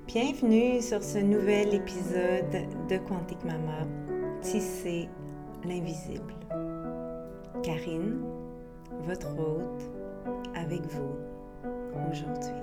Bienvenue sur ce nouvel épisode de Quantique Mama, Tisser l'invisible. Karine, votre hôte, avec vous aujourd'hui.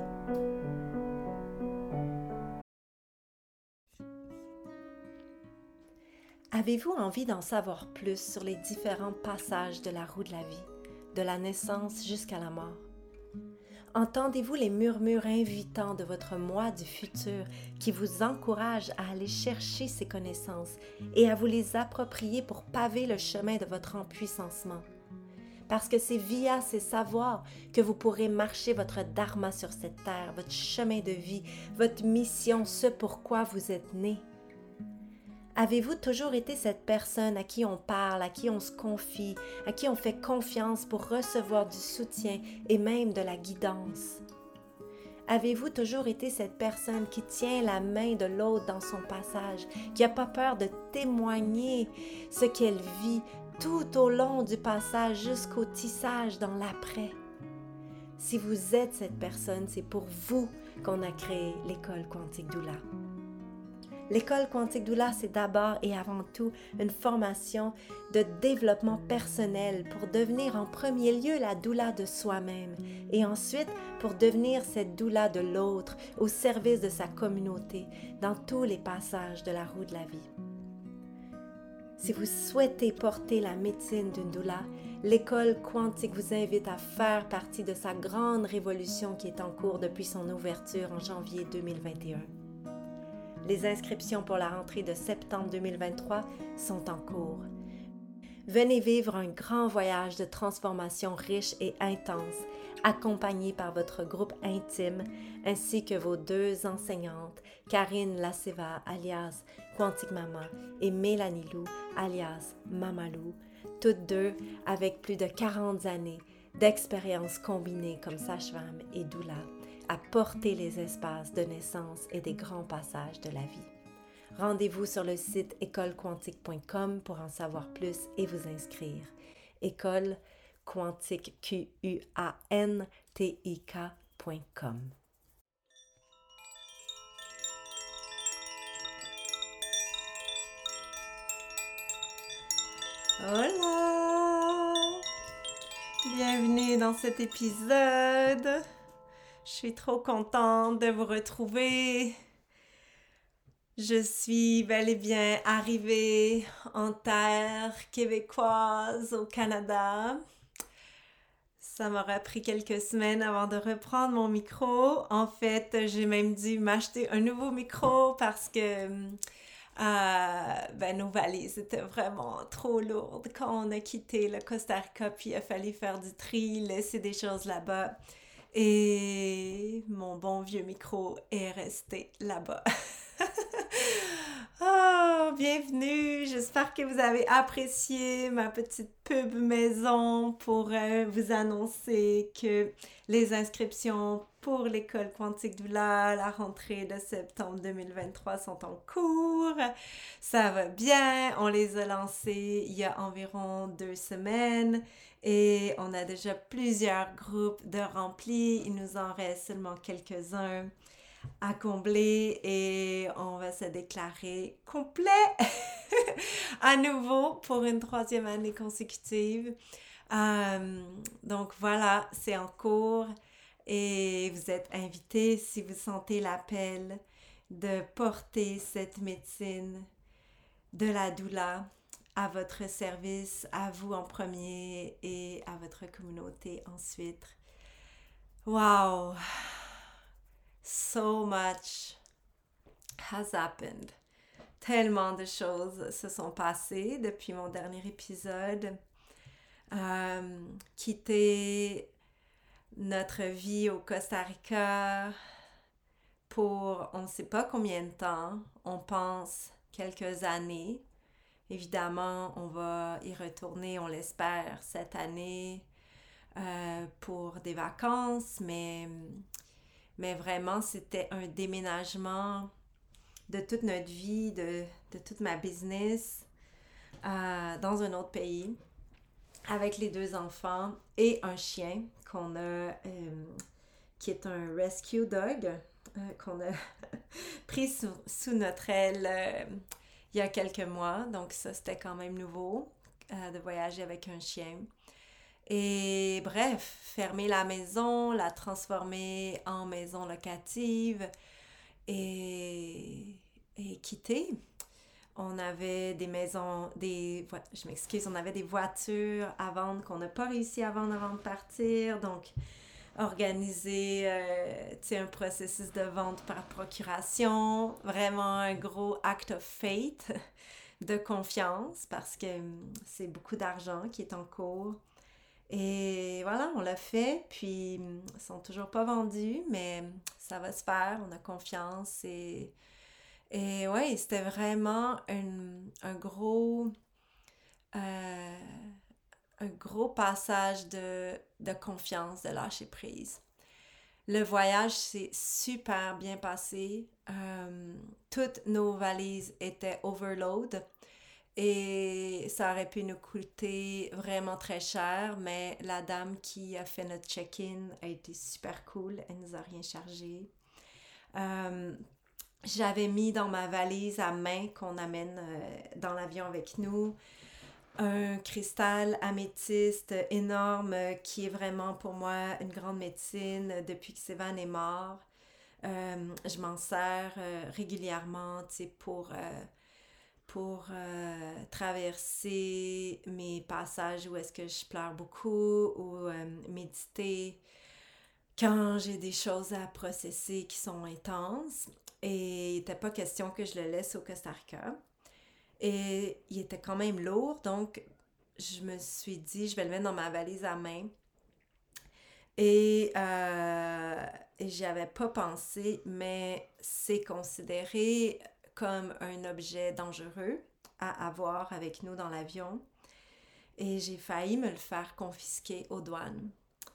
Avez-vous envie d'en savoir plus sur les différents passages de la roue de la vie, de la naissance jusqu'à la mort? Entendez-vous les murmures invitants de votre moi du futur qui vous encouragent à aller chercher ces connaissances et à vous les approprier pour paver le chemin de votre empuissancement? Parce que c'est via ces savoirs que vous pourrez marcher votre dharma sur cette terre, votre chemin de vie, votre mission, ce pourquoi vous êtes né. Avez-vous toujours été cette personne à qui on parle, à qui on se confie, à qui on fait confiance pour recevoir du soutien et même de la guidance? Avez-vous toujours été cette personne qui tient la main de l'autre dans son passage, qui n'a pas peur de témoigner ce qu'elle vit tout au long du passage jusqu'au tissage dans l'après? Si vous êtes cette personne, c'est pour vous qu'on a créé l'école Quantique Doula. L'école Quantique Doula, c'est d'abord et avant tout une formation de développement personnel pour devenir en premier lieu la doula de soi-même et ensuite pour devenir cette doula de l'autre au service de sa communauté dans tous les passages de la roue de la vie. Si vous souhaitez porter la médecine d'une doula, l'école Quantique vous invite à faire partie de sa grande révolution qui est en cours depuis son ouverture en janvier 2021. Les inscriptions pour la rentrée de septembre 2023 sont en cours. Venez vivre un grand voyage de transformation riche et intense, accompagné par votre groupe intime, ainsi que vos deux enseignantes, Karine Laceva, alias Quantique Mama, et Mélanie Lou, alias Mama Lou, toutes deux avec plus de 40 années d'expérience combinée comme sage-femme et doula, à porter les espaces de naissance et des grands passages de la vie. Rendez-vous sur le site écolequantique.com pour en savoir plus et vous inscrire. École Quantique, QUANTIK.com. Hola! Bienvenue dans cet épisode. Je suis trop contente de vous retrouver. Je suis bel et bien arrivée en terre québécoise au Canada. Ça m'aura pris quelques semaines avant de reprendre mon micro. En fait, j'ai même dû m'acheter un nouveau micro parce que nos valises étaient vraiment trop lourdes quand on a quitté le Costa Rica, puis il a fallu faire du tri, laisser des choses là-bas. Et mon bon vieux micro est resté là-bas. Oh, bienvenue! J'espère que vous avez apprécié ma petite pub maison pour vous annoncer que les inscriptions pour l'école Quantique Doula, la rentrée de septembre 2023 sont en cours. Ça va bien, on les a lancées il y a environ 2 semaines et on a déjà plusieurs groupes de remplis. Il nous en reste seulement quelques-uns à combler et on va se déclarer complet à nouveau pour une 3e année consécutive. Donc voilà, c'est en cours et vous êtes invités si vous sentez l'appel de porter cette médecine de la doula à votre service, à vous en premier et à votre communauté ensuite. Wow! So much has happened. Tellement de choses se sont passées depuis mon dernier épisode. Quitter notre vie au Costa Rica pour on ne sait pas combien de temps, on pense quelques années. Évidemment, on va y retourner, on l'espère, cette année pour des vacances, mais vraiment, c'était un déménagement de toute notre vie, de toute ma business dans un autre pays avec les 2 enfants et un chien qu'on a, qui est un rescue dog, qu'on a pris sous notre aile il y a quelques mois. Donc ça, c'était quand même nouveau de voyager avec un chien. Et bref, fermer la maison, la transformer en maison locative et, et quitter. On avait des maisons, je m'excuse, on avait des voitures à vendre qu'on n'a pas réussi à vendre avant de partir. Donc, organiser un processus de vente par procuration. Vraiment un gros act of faith, de confiance, parce que c'est beaucoup d'argent qui est en cours. Et voilà, on l'a fait, puis ils sont toujours pas vendus, mais ça va se faire, on a confiance. Et ouais, c'était vraiment euh, un gros passage de confiance, de lâcher prise. Le voyage s'est super bien passé. Toutes nos valises étaient overload et ça aurait pu nous coûter vraiment très cher, mais la dame qui a fait notre check-in a été super cool. Elle nous a rien chargé. Euh, J'avais mis dans ma valise à main qu'on amène dans l'avion avec nous un cristal améthyste énorme qui est vraiment pour moi une grande médecine depuis que Sévan est mort. Je m'en sers régulièrement, tu sais, pour traverser mes passages où est-ce que je pleure beaucoup ou méditer quand j'ai des choses à processer qui sont intenses. Et il n'était pas question que je le laisse au Costa Rica. Et il était quand même lourd, donc je me suis dit, je vais le mettre dans ma valise à main. Et j'y avais pas pensé, mais c'est considéré comme un objet dangereux à avoir avec nous dans l'avion. Et j'ai failli me le faire confisquer aux douanes.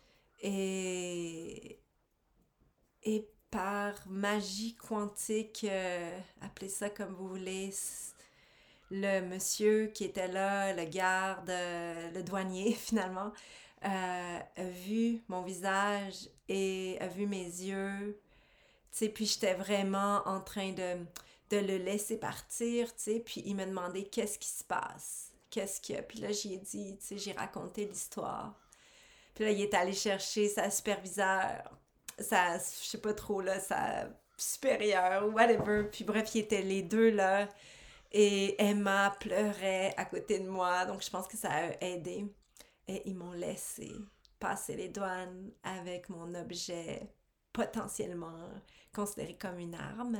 Et, et par magie quantique, appelez ça comme vous voulez, le monsieur qui était là, le garde, le douanier finalement, a vu mon visage et a vu mes yeux, tu sais, puis j'étais vraiment en train de le laisser partir, tu sais, puis il me demandait qu'est-ce qui se passe, qu'est-ce qu'il y a, puis là j'y ai dit, tu sais, j'ai raconté l'histoire, puis là il est allé chercher sa superviseure, sa, je sais pas trop là, sa supérieure, whatever, puis bref, ils étaient les deux là, et Emma pleurait à côté de moi, donc je pense que ça a aidé. Et ils m'ont laissé passer les douanes avec mon objet potentiellement considéré comme une arme.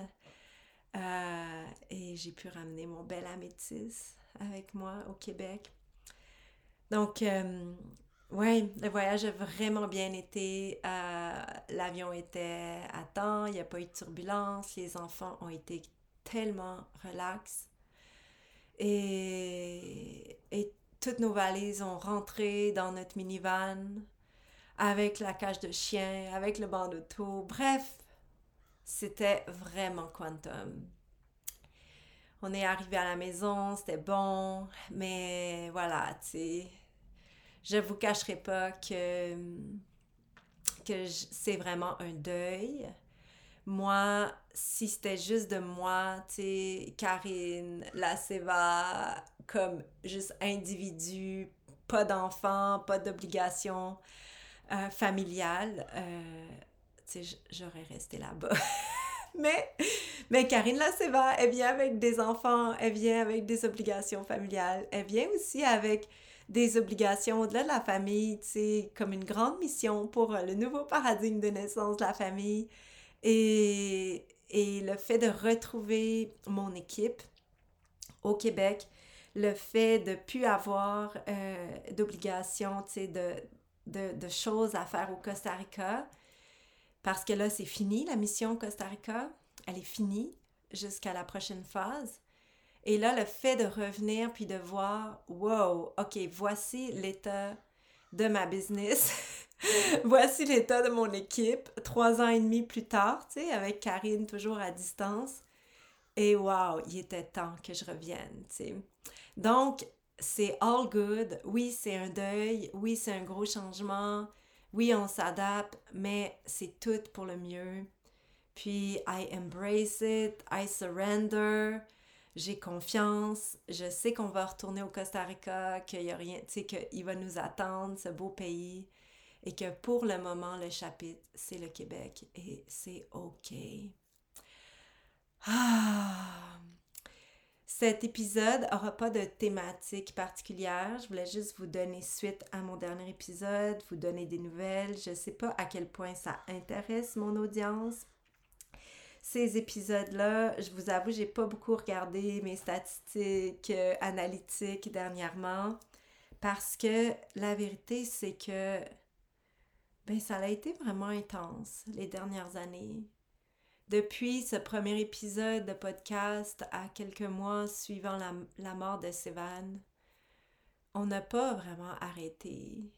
Et j'ai pu ramener mon bel améthyste avec moi au Québec. Donc, ouais, le voyage a vraiment bien été. L'avion était à temps, il n'y a pas eu de turbulence, les enfants ont été tellement relax. Et toutes nos valises ont rentré dans notre minivan avec la cage de chien, avec le banc d'auto. Bref, c'était vraiment quantum. On est arrivé à la maison, c'était bon, mais voilà, tu sais, je vous cacherai pas que c'est vraiment un deuil. Moi, si c'était juste de moi, tu sais, Karine, la Seva, comme juste individu, pas d'enfant, pas d'obligation familiale, tu sais, j'aurais resté là-bas. mais, mais Karine la Seva, elle vient avec des enfants, elle vient avec des obligations familiales, elle vient aussi avec des obligations au-delà de la famille, tu sais, comme une grande mission pour le nouveau paradigme de naissance de la famille. Et le fait de retrouver mon équipe au Québec, le fait de ne plus avoir d'obligations, tu sais, de choses à faire au Costa Rica, parce que là, c'est fini, la mission au Costa Rica, elle est finie jusqu'à la prochaine phase. Et là, le fait de revenir puis de voir, wow, OK, voici l'état de ma business. Voici l'état de mon équipe, 3 ans et demi plus tard, tu sais, avec Karine toujours à distance. Et wow, il était temps que je revienne, tu sais. Donc, c'est all good. Oui, c'est un deuil. Oui, c'est un gros changement. Oui, on s'adapte, mais c'est tout pour le mieux. Puis I embrace it, I surrender, j'ai confiance, je sais qu'on va retourner au Costa Rica, qu'il y a rien, tu sais, qu'il va nous attendre, ce beau pays, et que pour le moment, le chapitre, c'est le Québec, et c'est OK. Ah! Cet épisode n'aura pas de thématique particulière. Je voulais juste vous donner suite à mon dernier épisode, vous donner des nouvelles. Je ne sais pas à quel point ça intéresse mon audience. Ces épisodes-là, je vous avoue, j'ai pas beaucoup regardé mes statistiques analytiques dernièrement parce que la vérité, c'est que ça a été vraiment intense les dernières années. Depuis ce premier épisode de podcast à quelques mois suivant la mort de Sévan, on n'a pas vraiment arrêté.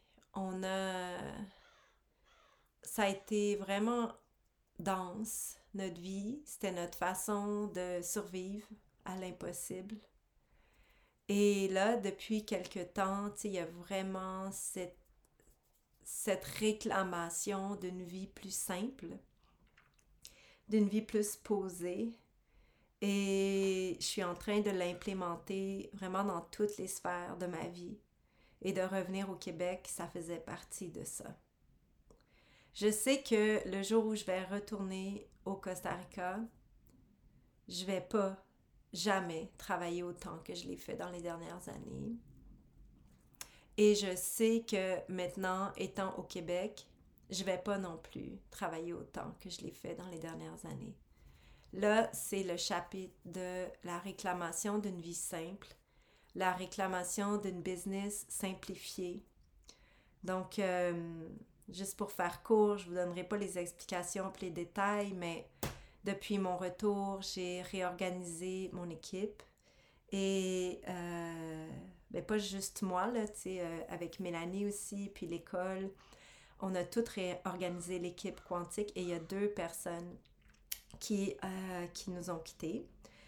Ça a été vraiment dense, notre vie. C'était notre façon de survivre à l'impossible. Et là, depuis quelque temps, il y a vraiment cette réclamation d'une vie plus simple, d'une vie plus posée. Et je suis en train de l'implémenter vraiment dans toutes les sphères de ma vie. Et de revenir au Québec, ça faisait partie de ça. Je sais que le jour où je vais retourner au Costa Rica, je vais pas jamais travailler autant que je l'ai fait dans les dernières années. Et je sais que maintenant, étant au Québec, je vais pas non plus travailler autant que je l'ai fait dans les dernières années. Là, c'est le chapitre de la réclamation d'une vie simple, la réclamation d'une business simplifiée. Donc, juste pour faire court, je ne vous donnerai pas les explications et les détails, mais depuis mon retour, j'ai réorganisé mon équipe. Et pas juste moi, là, avec Mélanie aussi, puis l'école. On a tout réorganisé l'équipe quantique et il y a 2 personnes qui nous ont quittés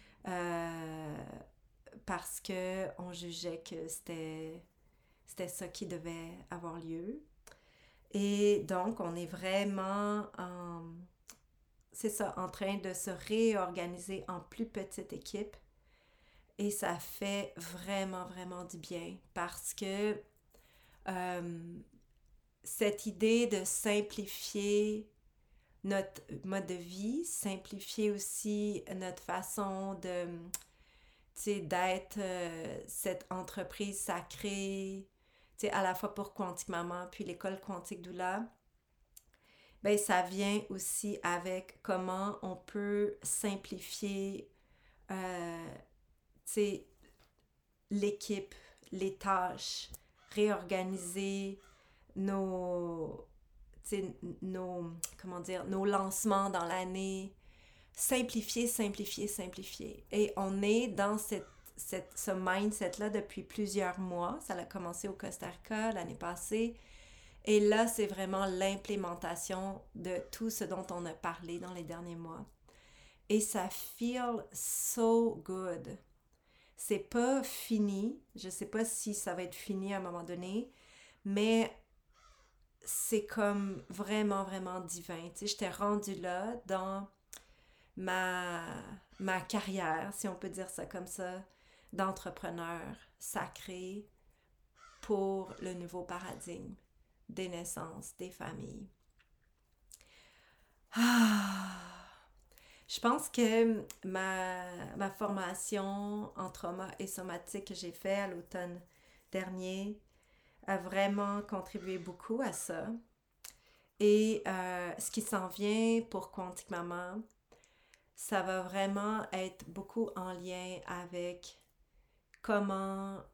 parce qu'on jugeait que c'était ça qui devait avoir lieu. Et donc, on est vraiment en train de se réorganiser en plus petite équipe. Et ça fait vraiment, vraiment du bien parce que cette idée de simplifier notre mode de vie, simplifier aussi notre façon de, d'être cette entreprise sacrée, à la fois pour Quantique Maman puis l'école Quantique Doula, ça vient aussi avec comment on peut simplifier l'équipe, les tâches, réorganiser nos lancements dans l'année, simplifier. Et on est dans ce mindset-là depuis plusieurs mois. Ça a commencé au Costa Rica l'année passée. Et là, c'est vraiment l'implémentation de tout ce dont on a parlé dans les derniers mois. Et ça feel so good. C'est pas fini. Je sais pas si ça va être fini à un moment donné, mais c'est comme vraiment, vraiment divin. J'étais rendue là dans ma carrière, si on peut dire ça comme ça, d'entrepreneur sacré pour le nouveau paradigme des naissances, des familles. Je pense que ma formation en trauma et somatique que j'ai fait à l'automne dernier a vraiment contribué beaucoup à ça. Et ce qui s'en vient pour Quantique Maman, ça va vraiment être beaucoup en lien avec comment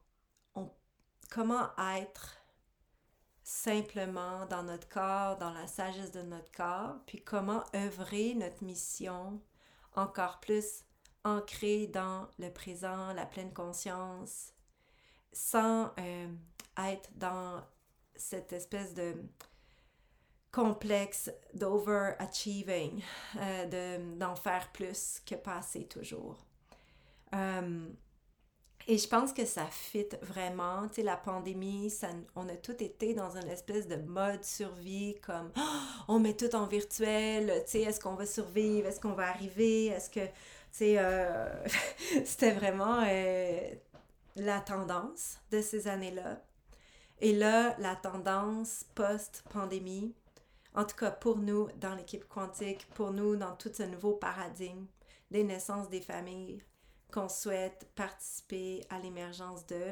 être simplement dans notre corps, dans la sagesse de notre corps, puis comment œuvrer notre mission encore plus ancrée dans le présent, la pleine conscience, sans être dans cette espèce de complexe d'overachieving, d'en faire plus que passer toujours. Et je pense que ça fit vraiment. Tu sais, la pandémie, on a tous été dans une espèce de mode survie, comme on met tout en virtuel, tu sais, est-ce qu'on va survivre, est-ce qu'on va arriver, est-ce que, tu sais, c'était vraiment la tendance de ces années-là. Et là, la tendance post-pandémie, en tout cas pour nous dans l'équipe quantique, pour nous dans tout ce nouveau paradigme des naissances des familles, qu'on souhaite participer à l'émergence de,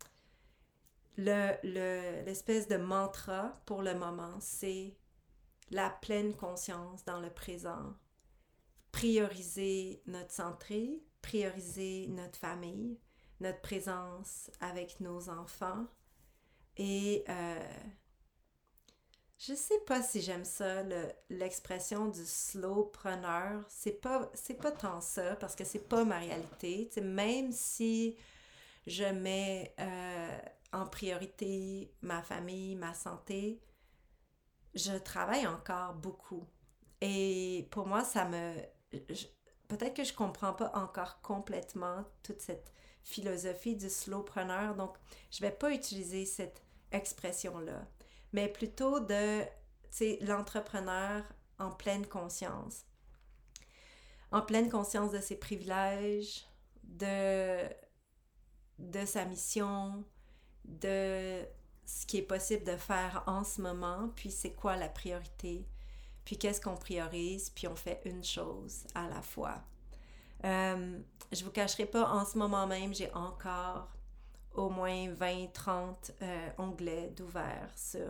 l'espèce de mantra pour le moment, c'est la pleine conscience dans le présent, prioriser notre santé, prioriser notre famille, notre présence avec nos enfants. Et je sais pas si j'aime ça, l'expression du slowpreneur. C'est pas tant ça, parce que c'est pas ma réalité. T'sais, même si je mets en priorité ma famille, ma santé, je travaille encore beaucoup. Et pour moi, peut-être que je comprends pas encore complètement toute cette philosophie du slowpreneur, donc je vais pas utiliser cette expression-là, mais plutôt de, tu sais, l'entrepreneur en pleine conscience de ses privilèges, de sa mission, de ce qui est possible de faire en ce moment, puis c'est quoi la priorité, puis qu'est-ce qu'on priorise, puis on fait une chose à la fois. Je vous cacherai pas, en ce moment même, j'ai encore au moins 20-30 onglets d'ouvert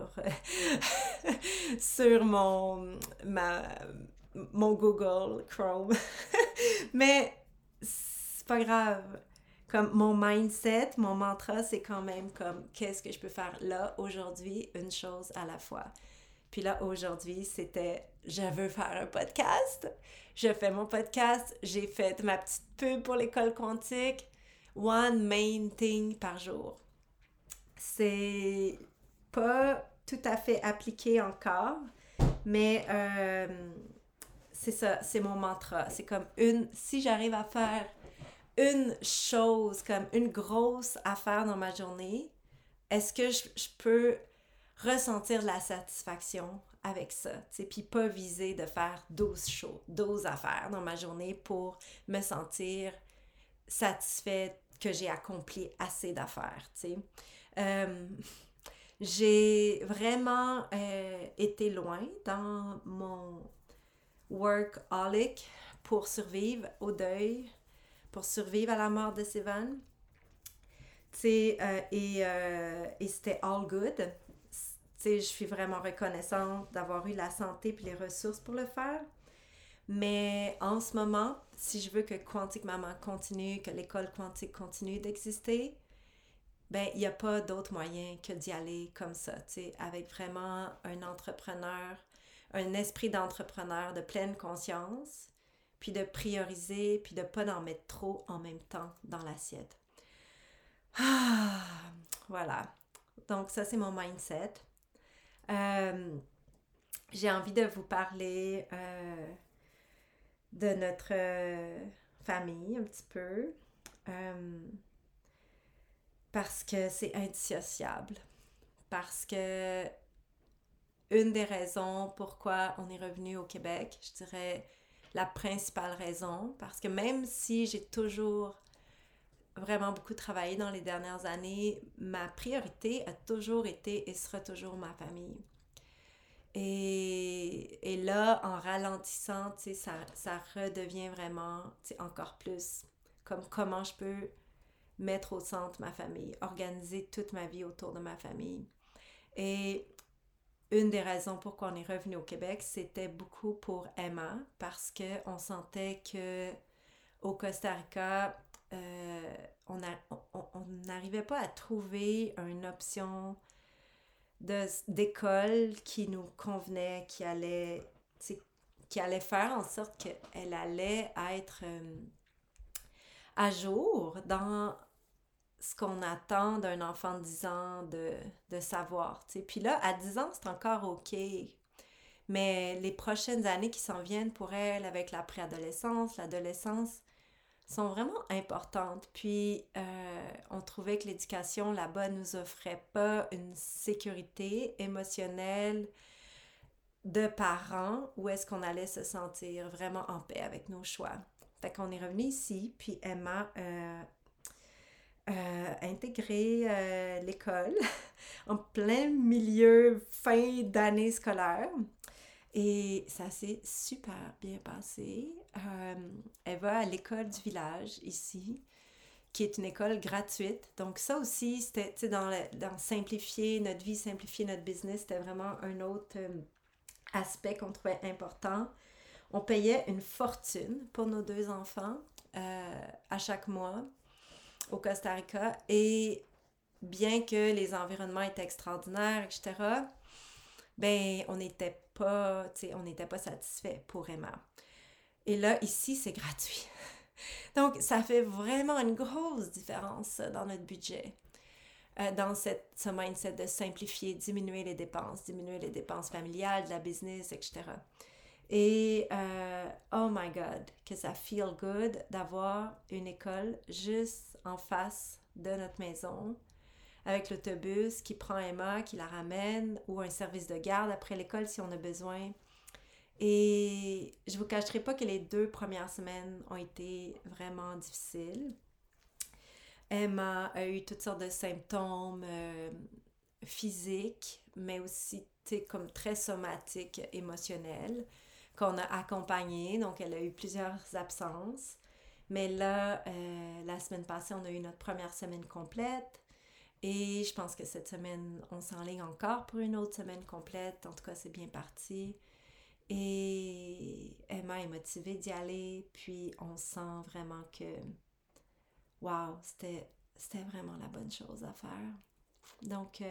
sur mon Google Chrome. Mais c'est pas grave. Comme mon mindset, mon mantra, c'est quand même comme qu'est-ce que je peux faire là, aujourd'hui, une chose à la fois. Puis là, aujourd'hui, c'était je veux faire un podcast. Je fais mon podcast. J'ai fait ma petite pub pour l'école quantique. One main thing par jour. C'est pas tout à fait appliqué encore, mais c'est ça, c'est mon mantra. C'est comme si j'arrive à faire une chose, comme une grosse affaire dans ma journée, est-ce que je peux ressentir la satisfaction avec ça, puis pas viser de faire 12 affaires dans ma journée pour me sentir satisfaite que j'ai accompli assez d'affaires, tu sais. Euh, j'ai vraiment été loin dans mon workaholic pour survivre au deuil, pour survivre à la mort de Sivan. Tu sais, et c'était all good. Tu sais, je suis vraiment reconnaissante d'avoir eu la santé et les ressources pour le faire. Mais en ce moment, si je veux que Quantique Maman continue, que l'école quantique continue d'exister, ben il n'y a pas d'autre moyen que d'y aller comme ça, tu sais, avec vraiment un esprit d'entrepreneur de pleine conscience, puis de prioriser, puis de pas en mettre trop en même temps dans l'assiette. Ah, voilà. Donc ça, c'est mon mindset. Euh, j'ai envie de vous parler de notre famille un petit peu. Parce que c'est indissociable. Parce que une des raisons pourquoi on est revenu au Québec, je dirais la principale raison, parce que même si j'ai toujours vraiment beaucoup travaillé dans les dernières années, ma priorité a toujours été et sera toujours ma famille. Et là, en ralentissant, ça redevient vraiment encore plus comme comment je peux mettre au centre ma famille, organiser toute ma vie autour de ma famille. Et une des raisons pourquoi on est revenu au Québec, c'était beaucoup pour Emma, parce qu'on sentait que au Costa Rica, on n'arrivait pas à trouver une option d'école qui nous convenait, qui allait faire en sorte qu'elle allait être à jour dans ce qu'on attend d'un enfant de 10 ans de savoir. T'sais. Puis là, à 10 ans, c'est encore OK. Mais les prochaines années qui s'en viennent pour elle, avec la préadolescence, l'adolescence, sont vraiment importantes. Puis, on trouvait que l'éducation là-bas nous offrait pas une sécurité émotionnelle de parents où est-ce qu'on allait se sentir vraiment en paix avec nos choix. Fait qu'on est revenu ici, puis Emma intégré l'école en plein milieu, fin d'année scolaire. Et ça s'est super bien passé. Elle va à l'école du village ici, qui est une école gratuite. Donc ça aussi, c'était dans simplifier notre vie, simplifier notre business, c'était vraiment un autre aspect qu'on trouvait important. On payait une fortune pour nos 2 enfants à chaque mois au Costa Rica. Et bien que les environnements étaient extraordinaires, etc., ben on n'était pas satisfait pour Emma. Et là, ici, c'est gratuit. Donc, ça fait vraiment une grosse différence dans notre budget. Dans ce mindset de simplifier, diminuer les dépenses familiales, de la business, etc. Et oh my God, que ça feel good d'avoir une école juste en face de notre maison, avec l'autobus qui prend Emma, qui la ramène, ou un service de garde après l'école si on a besoin. Et je vous cacherai pas que les 2 premières semaines ont été vraiment difficiles. Emma a eu toutes sortes de symptômes physiques, mais aussi comme très somatiques, émotionnels, qu'on a accompagnés. Donc, elle a eu plusieurs absences. Mais là, la semaine passée, on a eu notre première semaine complète. Et je pense que cette semaine, on s'enligne encore pour une autre semaine complète. En tout cas, c'est bien parti. Et Emma est motivée d'y aller. Puis, on sent vraiment que, wow, c'était vraiment la bonne chose à faire. Donc,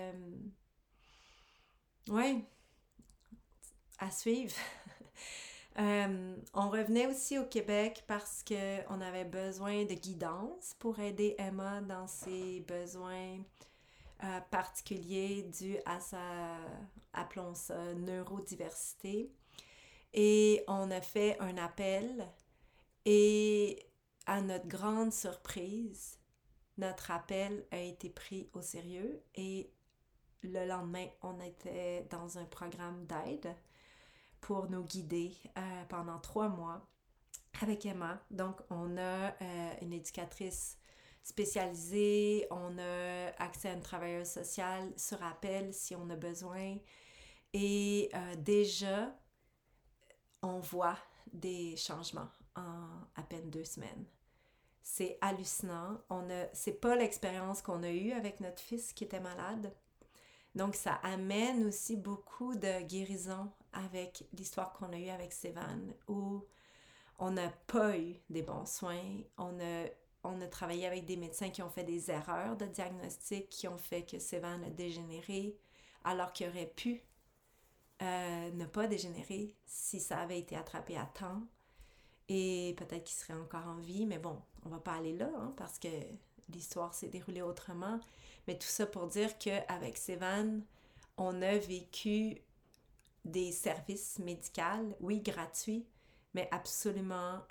ouais, à suivre. On revenait aussi au Québec parce qu'on avait besoin de guidance pour aider Emma dans ses besoins particuliers dus à sa, appelons ça, neurodiversité. Et on a fait un appel et à notre grande surprise, notre appel a été pris au sérieux et le lendemain, on était dans un programme d'aide pour nous guider pendant 3 mois avec Emma. Donc, on a une éducatrice spécialisée, on a accès à une travailleuse sociale sur appel si on a besoin. Et déjà, on voit des changements en à peine 2 semaines. C'est hallucinant. C'est pas l'expérience qu'on a eue avec notre fils qui était malade. Donc, ça amène aussi beaucoup de guérison avec l'histoire qu'on a eue avec Sévan, où on n'a pas eu des bons soins. On a travaillé avec des médecins qui ont fait des erreurs de diagnostic, qui ont fait que Sévan a dégénéré, alors qu'il aurait pu ne pas dégénérer si ça avait été attrapé à temps. Et peut-être qu'il serait encore en vie, mais bon, on va pas aller là, hein, parce que l'histoire s'est déroulée autrement. Mais tout ça pour dire qu'avec Sévan, on a vécu des services médicaux, oui, gratuits, mais absolument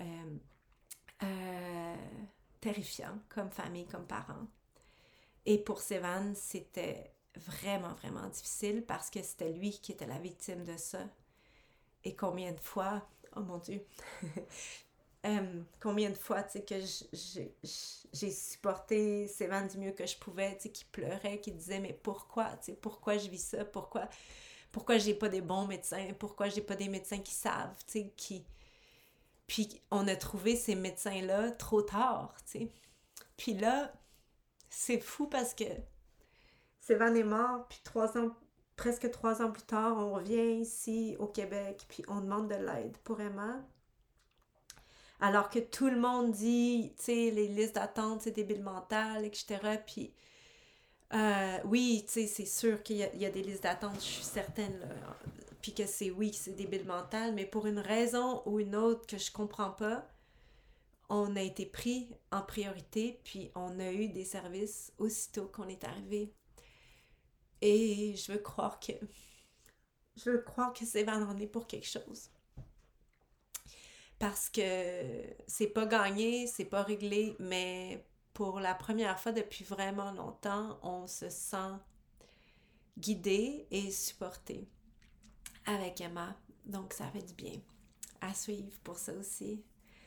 terrifiants comme famille, comme parents. Et pour Sévan, c'était vraiment, vraiment difficile parce que c'était lui qui était la victime de ça. Et combien de fois, oh mon Dieu, combien de fois, tu sais, que j'ai supporté Sévan du mieux que je pouvais, tu sais, qui pleurait, qui disait, mais pourquoi, tu sais, pourquoi je vis ça, pourquoi j'ai pas des bons médecins, pourquoi j'ai pas des médecins qui savent, tu sais, qui... Puis on a trouvé ces médecins-là trop tard, tu sais. Puis là, c'est fou parce que Sévan est mort, puis presque 3 ans plus tard, on revient ici au Québec, puis on demande de l'aide pour Emma. Alors que tout le monde dit, tu sais, les listes d'attente, c'est débile mental, etc. Puis, oui, tu sais, c'est sûr qu'il y a des listes d'attente, je suis certaine, là. Puis que c'est débile mental, mais pour une raison ou une autre que je comprends pas, on a été pris en priorité, puis on a eu des services aussitôt qu'on est arrivé. Et je veux croire que Sévan en est pour quelque chose. parce que c'est pas gagné, c'est pas réglé, mais pour la première fois depuis vraiment longtemps, on se sent guidé et supporté avec Emma. Donc ça fait du bien. À suivre pour ça aussi.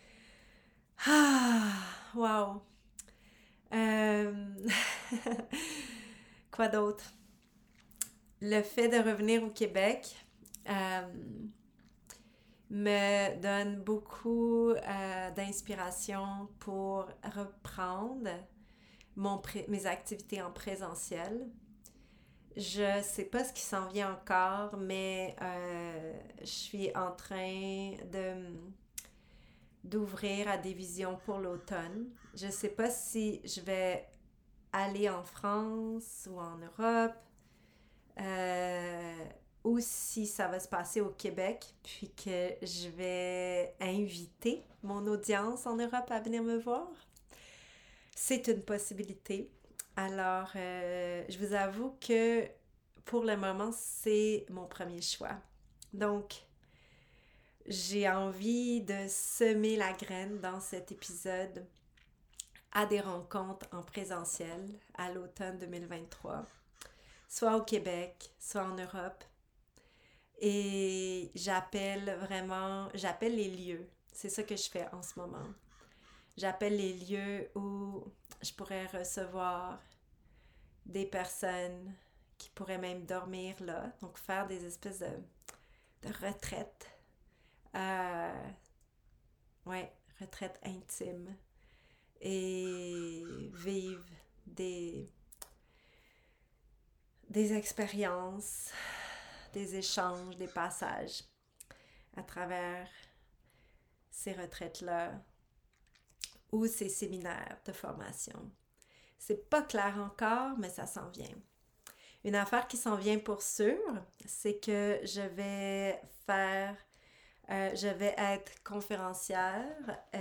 Ah, wow. Euh, Quoi d'autre? Le fait de revenir au Québec me donne beaucoup d'inspiration pour reprendre mes activités en présentiel. Je sais pas ce qui s'en vient encore, mais je suis en train d'ouvrir à des visions pour l'automne. Je sais pas si je vais aller en France ou en Europe, euh, ou si ça va se passer au Québec, puis que je vais inviter mon audience en Europe à venir me voir. C'est une possibilité. Alors, je vous avoue que pour le moment, c'est mon premier choix. Donc, j'ai envie de semer la graine dans cet épisode à des rencontres en présentiel à l'automne 2023, soit au Québec, soit en Europe. Et j'appelle les lieux. C'est ça que je fais en ce moment. J'appelle les lieux où je pourrais recevoir des personnes qui pourraient même dormir là, donc faire des espèces de retraites. Euh, ouais, retraites intimes et vivre des expériences, des échanges, des passages à travers ces retraites-là ou ces séminaires de formation. C'est pas clair encore, mais ça s'en vient. Une affaire qui s'en vient pour sûr, c'est que je vais être conférencière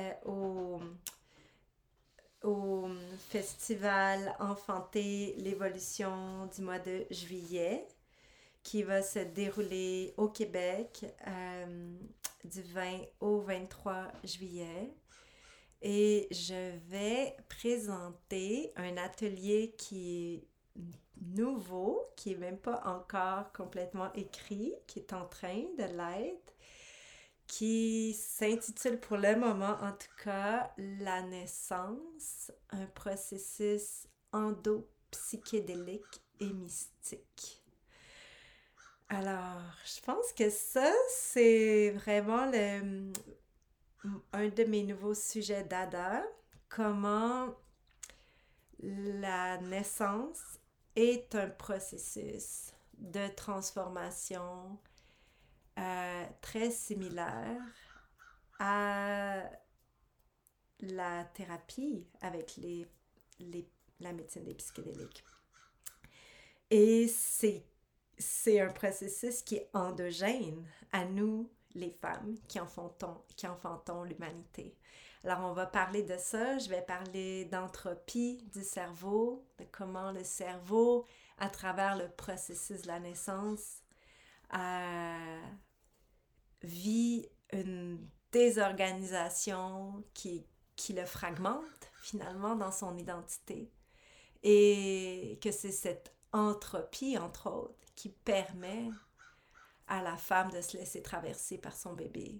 au festival Enfanter l'évolution du mois de juillet, qui va se dérouler au Québec du 20 au 23 juillet. Et je vais présenter un atelier qui est nouveau, qui n'est même pas encore complètement écrit, qui est en train de l'être, qui s'intitule pour le moment en tout cas La naissance, un processus endopsychédélique et mystique. Alors, je pense que ça, c'est vraiment un de mes nouveaux sujets d'Ada, comment la naissance est un processus de transformation très similaire à la thérapie avec la médecine des psychédéliques. Et c'est un processus qui est endogène à nous, les femmes, qui enfantons l'humanité. Alors, on va parler de ça. Je vais parler d'entropie du cerveau, de comment le cerveau, à travers le processus de la naissance, vit une désorganisation qui le fragmente finalement dans son identité. Et que c'est cette entropie, entre autres, qui permet à la femme de se laisser traverser par son bébé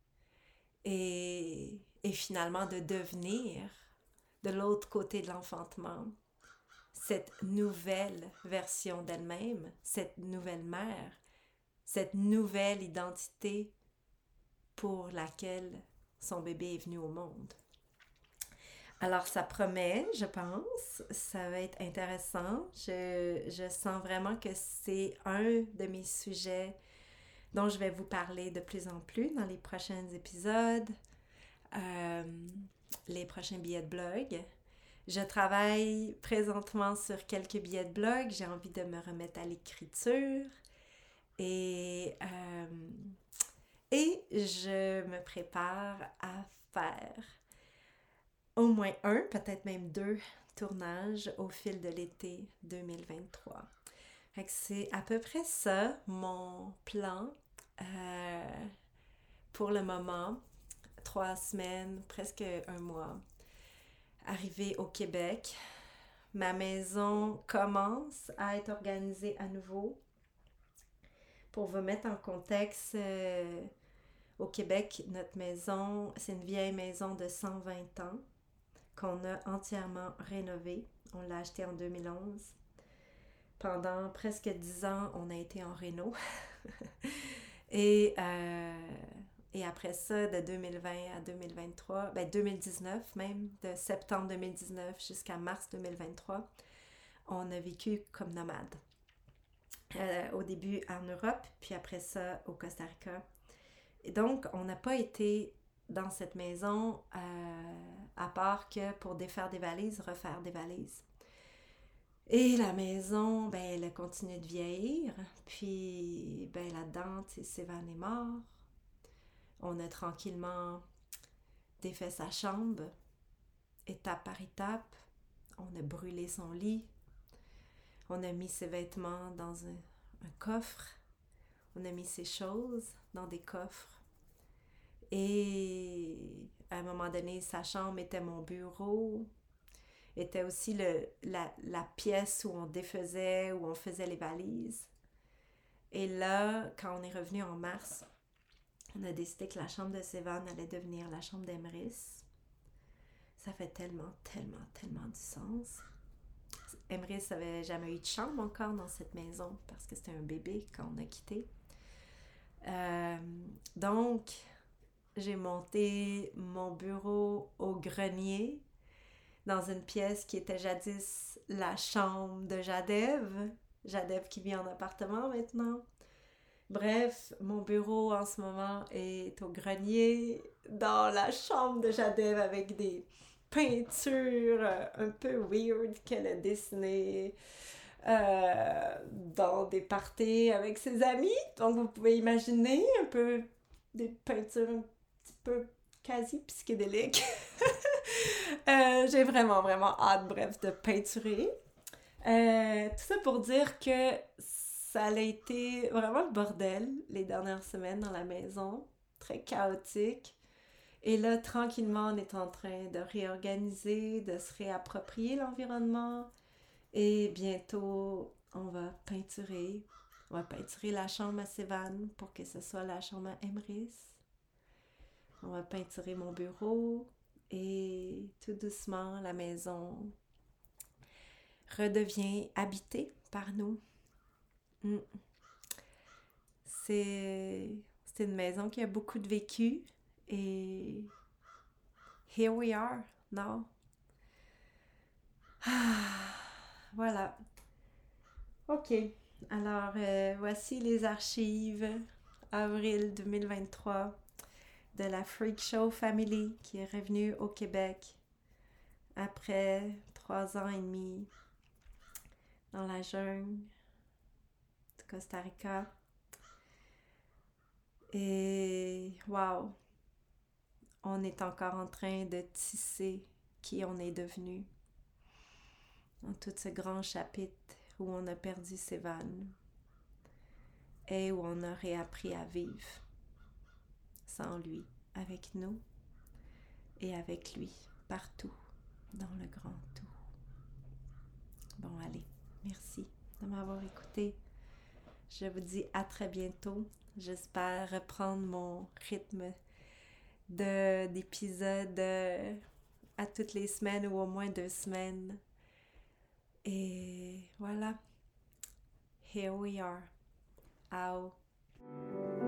et finalement de devenir de l'autre côté de l'enfantement cette nouvelle version d'elle-même, cette nouvelle mère, cette nouvelle identité pour laquelle son bébé est venu au monde. Alors, ça promet, je pense. Ça va être intéressant. Je sens vraiment que c'est un de mes sujets dont je vais vous parler de plus en plus dans les prochains épisodes, les prochains billets de blog. Je travaille présentement sur quelques billets de blog. J'ai envie de me remettre à l'écriture et je me prépare à faire au moins un, peut-être même 2 tournages au fil de l'été 2023. Fait que c'est à peu près ça, mon plan pour le moment. 3 semaines, presque un mois, arrivée au Québec. Ma maison commence à être organisée à nouveau. Pour vous mettre en contexte, au Québec, notre maison, c'est une vieille maison de 120 ans qu'on a entièrement rénovée. On l'a achetée en 2011. Pendant presque 10 ans, on a été en réno. et, et après ça, de 2020 à 2023, 2019 même, de septembre 2019 jusqu'à mars 2023, on a vécu comme nomades. Au début en Europe, puis après ça au Costa Rica. Et donc, on n'a pas été dans cette maison à part que pour défaire des valises, refaire des valises. Et la maison, elle a continué de vieillir. Puis, là-dedans, Sévan est mort. On a tranquillement défait sa chambre, étape par étape. On a brûlé son lit. On a mis ses vêtements dans un coffre. On a mis ses choses dans des coffres. Et à un moment donné, sa chambre était mon bureau. Était aussi la pièce où on défaisait, où on faisait les valises. Et là, quand on est revenu en mars, on a décidé que la chambre de Sévan allait devenir la chambre d'Emrys. Ça fait tellement, tellement, tellement du sens. Emrys n'avait jamais eu de chambre encore dans cette maison parce que c'était un bébé quand on a quitté. Donc, j'ai monté mon bureau au grenier dans une pièce qui était jadis la chambre de Jadev. Jadev qui vit en appartement maintenant. Bref, mon bureau en ce moment est au grenier, dans la chambre de Jadev avec des peintures un peu weird qu'elle a dessinées dans des parties avec ses amis. Donc vous pouvez imaginer un peu des peintures un petit peu quasi psychédéliques. J'ai vraiment, vraiment hâte, bref, de peinturer. Tout ça pour dire que ça a été vraiment le bordel les dernières semaines dans la maison, très chaotique. Et là, tranquillement, on est en train de réorganiser, de se réapproprier l'environnement. Et bientôt, on va peinturer. On va peinturer la chambre à Sévan pour que ce soit la chambre à Emrys. On va peinturer mon bureau. Et tout doucement, la maison redevient habitée par nous. C'est une maison qui a beaucoup de vécu et here we are now. Voilà. Ok. Alors, voici les archives avril 2023 de la Freak Show Family qui est revenue au Québec après 3 ans et demi dans la jungle du Costa Rica. Et wow, on est encore en train de tisser qui on est devenu dans tout ce grand chapitre où on a perdu Sévan et où on a réappris à vivre sans lui, avec nous et avec lui, partout, dans le grand tout. Bon, allez, merci de m'avoir écouté. Je vous dis à très bientôt. J'espère reprendre mon rythme d'épisodes à toutes les semaines ou au moins 2 semaines. Et voilà. Here we are. Au.